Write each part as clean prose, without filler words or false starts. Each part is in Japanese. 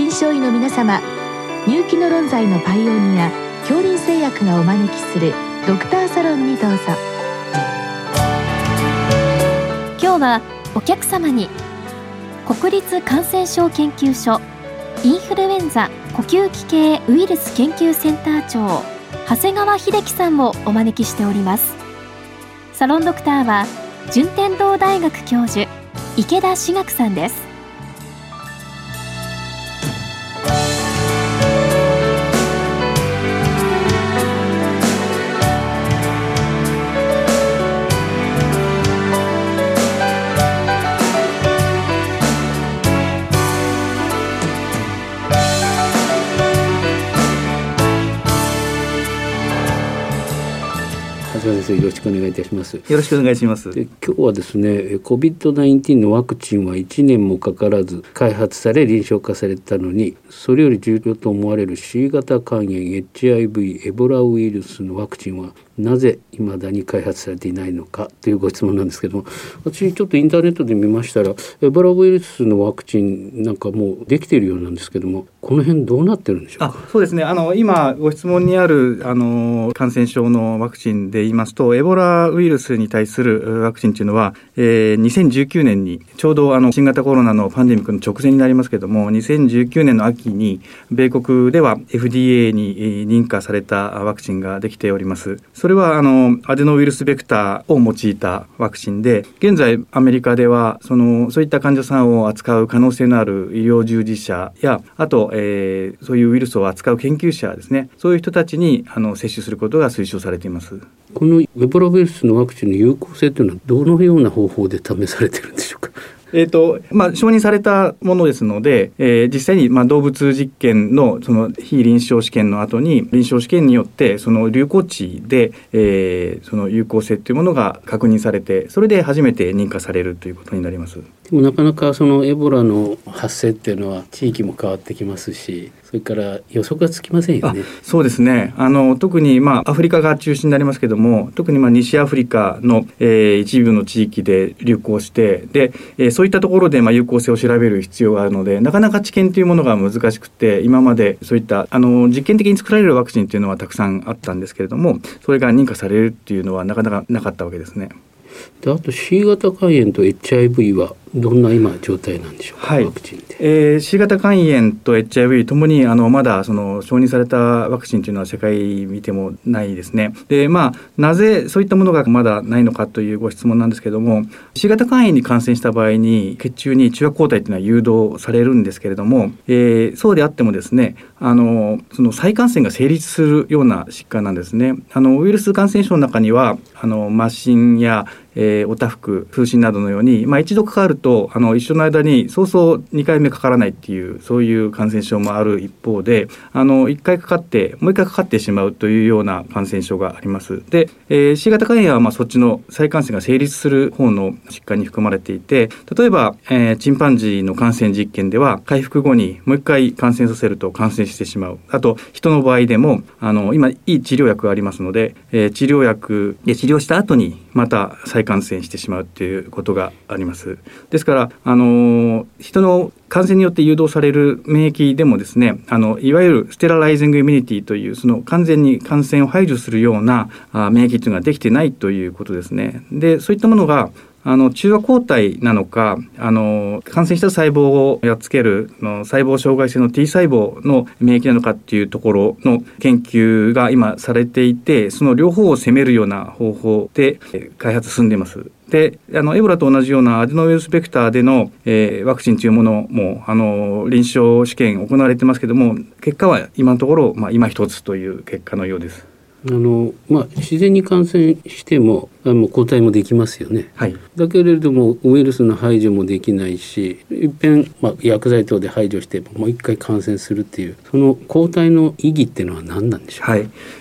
臨床医の皆様、入気の論剤のパイオニア杏林製薬がお招きするドクターサロンにどうぞ。 今日はお客様に国立感染症研究所インフルエンザ呼吸器系ウイルス研究センター長長谷川秀樹さんをお招きしております。サロンドクターは順天堂大学教授池田志学さんです。 長谷川先生、よろしくお願いいたします。 よろしくお願いします。 今日はですね、 COVID-19 のワクチンは1年もかからず開発され臨床化されたのに、それより重要と思われる C 型肝炎 HIV エボラウイルスのワクチンはなぜ未だに開発されていないのかというご質問なんですけども、私ちょっとインターネットで見ましたら、エボラウイルスのワクチンなんかもうできているようなんですけども、この辺どうなってるんでしょうか。 そうですね、今ご質問にある感染症のワクチンで言いますと、エボラウイルスに対するワクチンというのは、2019年にちょうど新型コロナのパンデミックの直前になりますけれども、2019年の秋に米国では FDA に認可されたワクチンができております。それはアデノウイルスベクターを用いたワクチンで、現在アメリカではそういった患者さんを扱う可能性のある医療従事者や、あと、そういうウイルスを扱う研究者ですね、そういう人たちに接種することが推奨されています。 このエボラウイルスのワクチンの有効性というのはどのような方法で試されているんでしょうか。 承認されたものですので、実際に動物実験のその非臨床試験の後に臨床試験によってその流行地で、その有効性というものが確認されて、それで初めて認可されるということになります。 でもなかなかそのエボラの発生っていうのは地域も変わってきますし、それから予測がつきませんよね。 そうですね、特にアフリカが中心になりますけども、特に西アフリカの、一部の地域で流行して、で、そういったところで有効性を調べる必要があるので、なかなか治験というものが難しくて、今までそういった実験的に作られるワクチンというのはたくさんあったんですけれども、それが認可されるっていうのはなかなかなかったわけですね。 で、あと C 型肝炎と HIV はどんな今状態なんでしょうか。ワクチンで、 C 型肝炎と HIV ともにまだ承認されたワクチンというのは世界見てもないですね。で、なぜそういったものがまだないのかというご質問なんですけども、 C 型肝炎に感染した場合に血中に中和抗体というのは誘導されるんですけれども、そうであってもですね、その再感染が成立するような疾患なんですね。ウイルス感染症の中には麻疹やおたふく、風疹などのように、一度かかると一緒の間にそうそう2回目かからないっていう、そういう感染症もある一方で、1回かかってもう1回かかってしまうというような感染症があります。で、C 型肝炎はそっちの再感染が成立する方の疾患に含まれていて、例えば、チンパンジーの感染実験では回復後にもう1回感染させると感染してしまう。あと人の場合でも今いい治療薬がありますので、治療薬で治療した後にまた再感染してしまうということがあります。ですから人の感染によって誘導される免疫でもですね、いわゆるステラライジングイミュニティという、その完全に感染を排除するような免疫というのができてないということですね。で、そういったものが中和抗体なのか、感染した細胞をやっつける細胞障害性の T 細胞の免疫なのかっていうところの研究が今されていて、その両方を攻めるような方法で開発進んでいます。で、エボラと同じようなアデノウイルスベクターでの、ワクチンというものも臨床試験行われてますけども、結果は今のところ、今一つという結果のようです。 自然に感染しても抗体もできますよね、はい、だけれどもウイルスの排除もできないし、一遍、薬剤等で排除してもう一回感染するっていう、その抗体の意義っていうのは何なんでしょうか。 はい、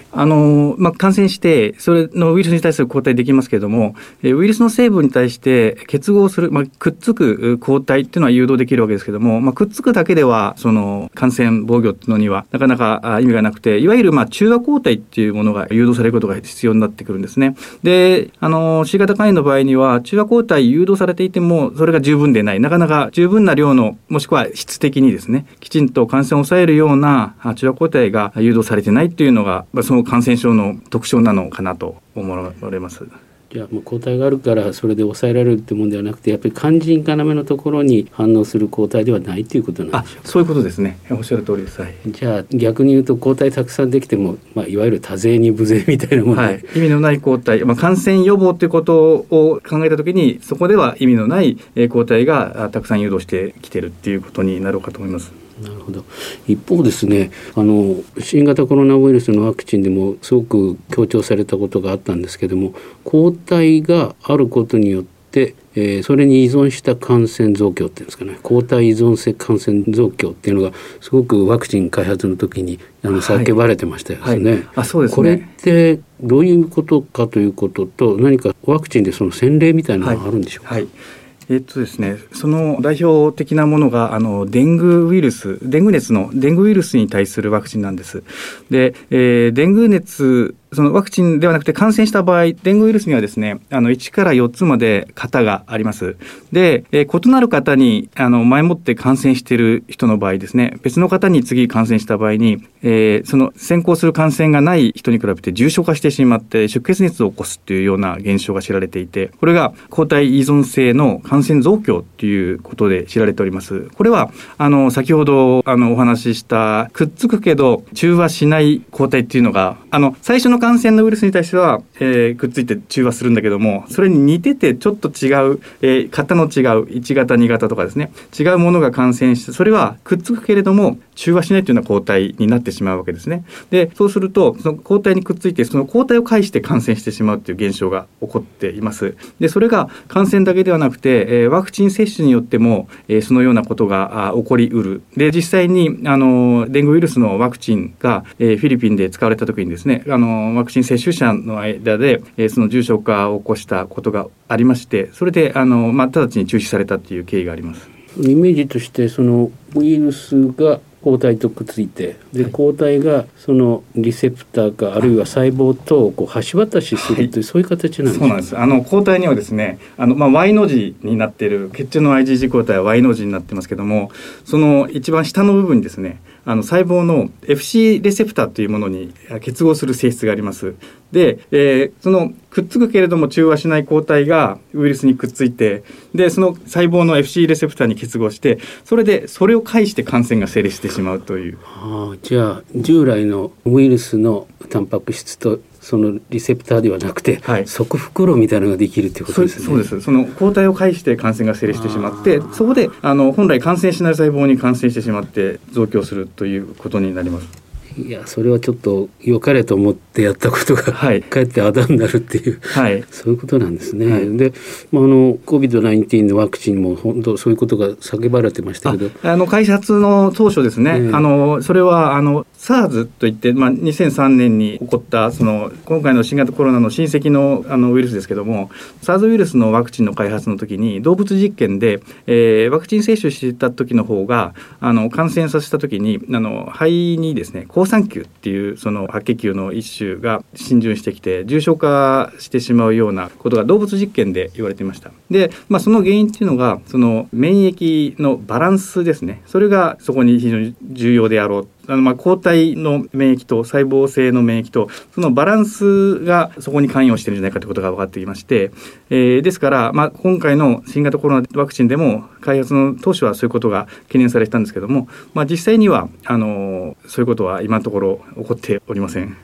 感染してそれのウイルスに対する抗体できますけれども、ウイルスの成分に対して結合する、くっつく抗体っていうのは誘導できるわけですけれども、くっつくだけではその感染防御っていうのにはなかなか意味がなくて、いわゆる中和抗体っていうものが誘導されることが必要になってくるんですね。で、C 型肝炎の場合には中和抗体誘導されていてもそれが十分でない、なかなか十分な量の、もしくは質的にですね、きちんと感染を抑えるような中和抗体が誘導されてないっていうのが、その感染症の特徴なのかなと思われます。 じゃあもう抗体があるからそれで抑えられるってもんではなくて、やっぱり肝腎要のところに反応する抗体ではないということなんでしょうか。 そういうことですね。おっしゃる通りです。はい、 じゃあ逆に言うと抗体たくさんできても、いわゆる多勢に無勢みたいなもので、 意味のない抗体、感染予防ということを考えたときに、そこでは意味のない抗体がたくさん誘導してきているっていうことになろうかと思います。 なるほど。一方ですね、新型コロナウイルスのワクチンでもすごく強調されたことがあったんですけども、抗体があることによってそれに依存した感染増強っていうんですかね、抗体依存性感染増強っていうのがすごくワクチン開発の時に叫ばれてましたよね。 そうですね。 これってどういうことかということと、何かワクチンでその先例みたいなのがあるんでしょうか。 ですね、その代表的なものがデングウイルス、デング熱のデングウイルスに対するワクチンなんです。で、デング熱、そのワクチンではなくて感染した場合、デングウイルスにはですね、1から4つまで型があります。で、異なる型に前もって感染している人の場合ですね、別の方に次感染した場合に、その先行する感染がない人に比べて重症化してしまって出血熱を起こすというような現象が知られていて、これが抗体依存性の感染増強ということで知られております。これは先ほどお話ししたくっつくけど中和しない抗体っていうのが最初の感染のウイルスに対しては、くっついて中和するんだけども、それに似ててちょっと違う、型の違う1型2型とかですね、違うものが感染して、それはくっつくけれども中和しないというような抗体になってしまうわけですね。で、そうするとその抗体にくっついてその抗体を介して感染してしまうという現象が起こっています。で、それが感染だけではなくて、ワクチン接種によっても、そのようなことが起こりうる。で、実際にデングウイルスのワクチンが、フィリピンで使われた時にですね、ワクチン接種者の間で、その重症化を起こしたことがありまして、それで直ちに中止されたという経緯があります。 イメージとしてそのウイルスが抗体とくっついて、で抗体がそのリセプターかあるいは細胞とこう橋渡しするという、そういう形なんですか。 そうなんです。抗体にはですねY の字になっている血中の IgG 抗体は Y の字になってますけども、その一番下の部分にですね細胞の FC レセプターというものに結合する性質があります。で、そのくっつくけれども中和しない抗体がウイルスにくっついて、でその細胞の FC レセプターに結合して、それを介して感染が成立してしまうという。 じゃあ従来のウイルスのタンパク質とそのリセプターではなくて、側袋みたいなのができるということですね。 そうです。その抗体を介して感染が成立してしまって、そこで本来感染しない細胞に感染してしまって増強するということになります。 いや、それはちょっと良かれと思ってやったことが、かえってあだになるっていう、そういうことなんですね。で、COVID-19 のワクチンも本当そういうことが叫ばれてましたけど、 開発の当初ですね、それはSARS といって、2003年に起こった今回の新型コロナの親戚のウイルスですけども、 SARS ウイルスのワクチンの開発の時に動物実験で、ワクチン接種していた時の方が感染させた時に肺にですね好酸球っていうその白血球の一種が浸潤してきて重症化してしまうようなことが動物実験で言われていました。で、その原因っていうのがその免疫のバランスですね。それがそこに非常に重要であろう。抗体の免疫と細胞性の免疫とそのバランスがそこに関与しているんじゃないかということが分かってきまして、ですから、今回の新型コロナワクチンでも開発の当初はそういうことが懸念されてたんですけども、実際にはそういうことは今のところ起こっておりません。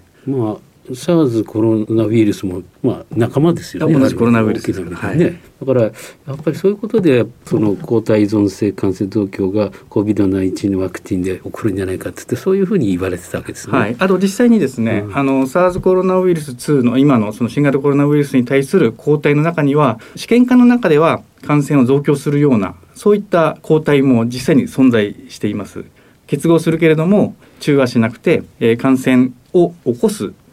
SARS コロナウイルスも仲間ですよね。 同じコロナウイルスです、 だからやっぱりそういうことでその抗体依存性感染増強が COVID-19 のワクチンで起こるんじゃないかってってそういうふうに言われてたわけですね。 あと実際にですね、SARS コロナウイルス2の今のその新型コロナウイルスに対する抗体の中には試験化の中では感染を増強するようなそういった抗体も実際に存在しています。結合するけれども中和しなくて、感染を起こす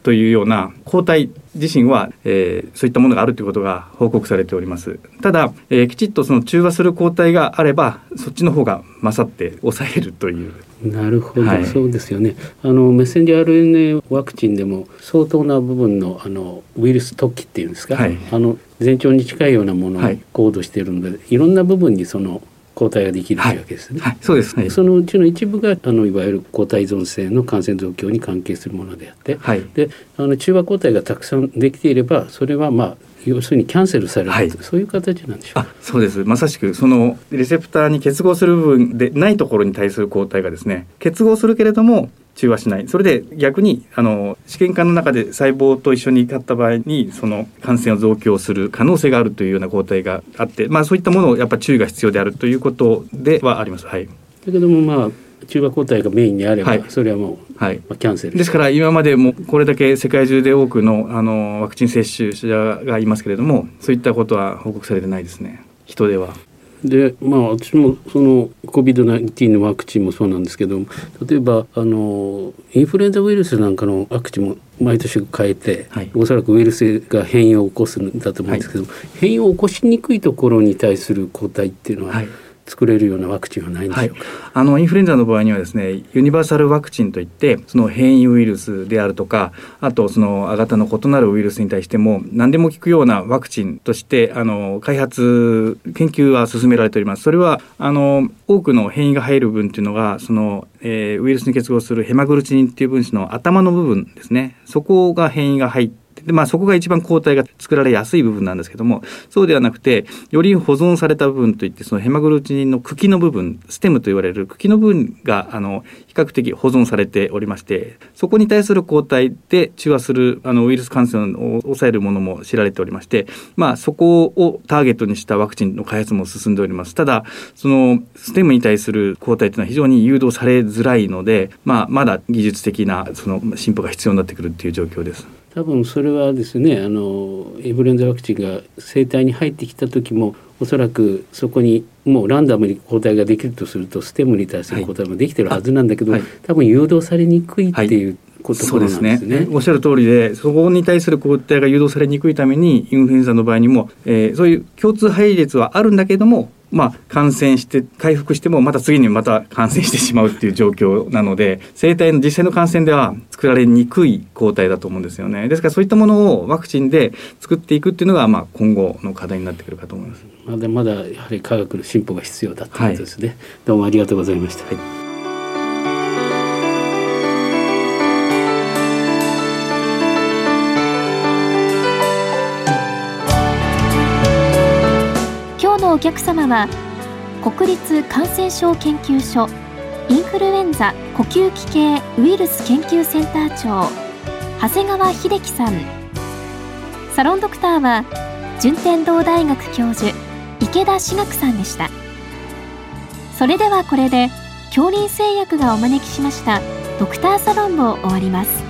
というような抗体自身は、そういったものがあるということが報告されております。ただ、きちっとその中和する抗体があればそっちの方が勝って抑えるという。 なるほど、そうですよね。メッセンジャー RNA ワクチンでも相当な部分のウイルス突起っていうんですか、前兆に近いようなものをコードしているので、いろんな部分にその抗体ができるというわけですね。 そうです、 そのうちの一部がいわゆる抗体依存性の感染増強に関係するものであって、で中和抗体がたくさんできていればそれは要するにキャンセルされる、そういう形なんでしょうか。 そうです。まさしくそのレセプターに結合する部分でないところに対する抗体がですね、結合するけれども中和しない。それで逆に試験管の中で細胞と一緒に立った場合にその感染を増強する可能性があるというような抗体があって、そういったものをやっぱ注意が必要であるということではあります。だけども中和抗体がメインにあれば、それはもう、キャンセルですから今までもこれだけ世界中で多くのワクチン接種者がいますけれども、そういったことは報告されてないですね、人では。 で私もその COVID-19 のワクチンもそうなんですけど、例えばインフルエンザウイルスなんかのワクチンも毎年変えて、おそらくウイルスが変異を起こすんだと思うんですけど、変異を起こしにくいところに対する抗体っていうのは、作れるようなワクチンはないんでしょうか。 インフルエンザの場合にはですね、ユニバーサルワクチンといってその変異ウイルスであるとか、あとその亜型の異なるウイルスに対しても何でも効くようなワクチンとして開発研究は進められております。それは多くの変異が入る分というのがその、ウイルスに結合するヘマグルチニンっていう分子の頭の部分ですね、そこが変異が入ってでそこが一番抗体が作られやすい部分なんですけども、そうではなくてより保存された部分といって、そのヘマグルチニンの茎の部分、ステムと言われる茎の部分が比較的保存されておりまして、そこに対する抗体で中和するウイルス感染を抑えるものも知られておりまして、そこをターゲットにしたワクチンの開発も進んでおります。ただそのステムに対する抗体というのは非常に誘導されづらいので、まだ技術的なその進歩が必要になってくるという状況です。 多分それはですね、インフルエンザワクチンが生体に入ってきた時もおそらくそこにもうランダムに抗体ができるとするとステムに対する抗体もできてるはずなんだけど、多分誘導されにくいっていうことなんですね。 そうですね。おっしゃる通りで、そこに対する抗体が誘導されにくいためにインフルエンザの場合にも、そういう共通配列はあるんだけども、感染して回復してもまた次にまた感染してしまうっていう状況なので、生体の実際の感染では作られにくい抗体だと思うんですよね。ですからそういったものをワクチンで作っていくっていうのが今後の課題になってくるかと思います。 まだやはり科学の進歩が必要だということですね。どうもありがとうございました。 お客様は国立感染症研究所インフルエンザ呼吸器系ウイルス研究センター長長谷川秀樹さん、サロンドクターは順天堂大学教授池田志学さんでした。それではこれで恐林製薬がお招きしましたドクターサロンを終わります。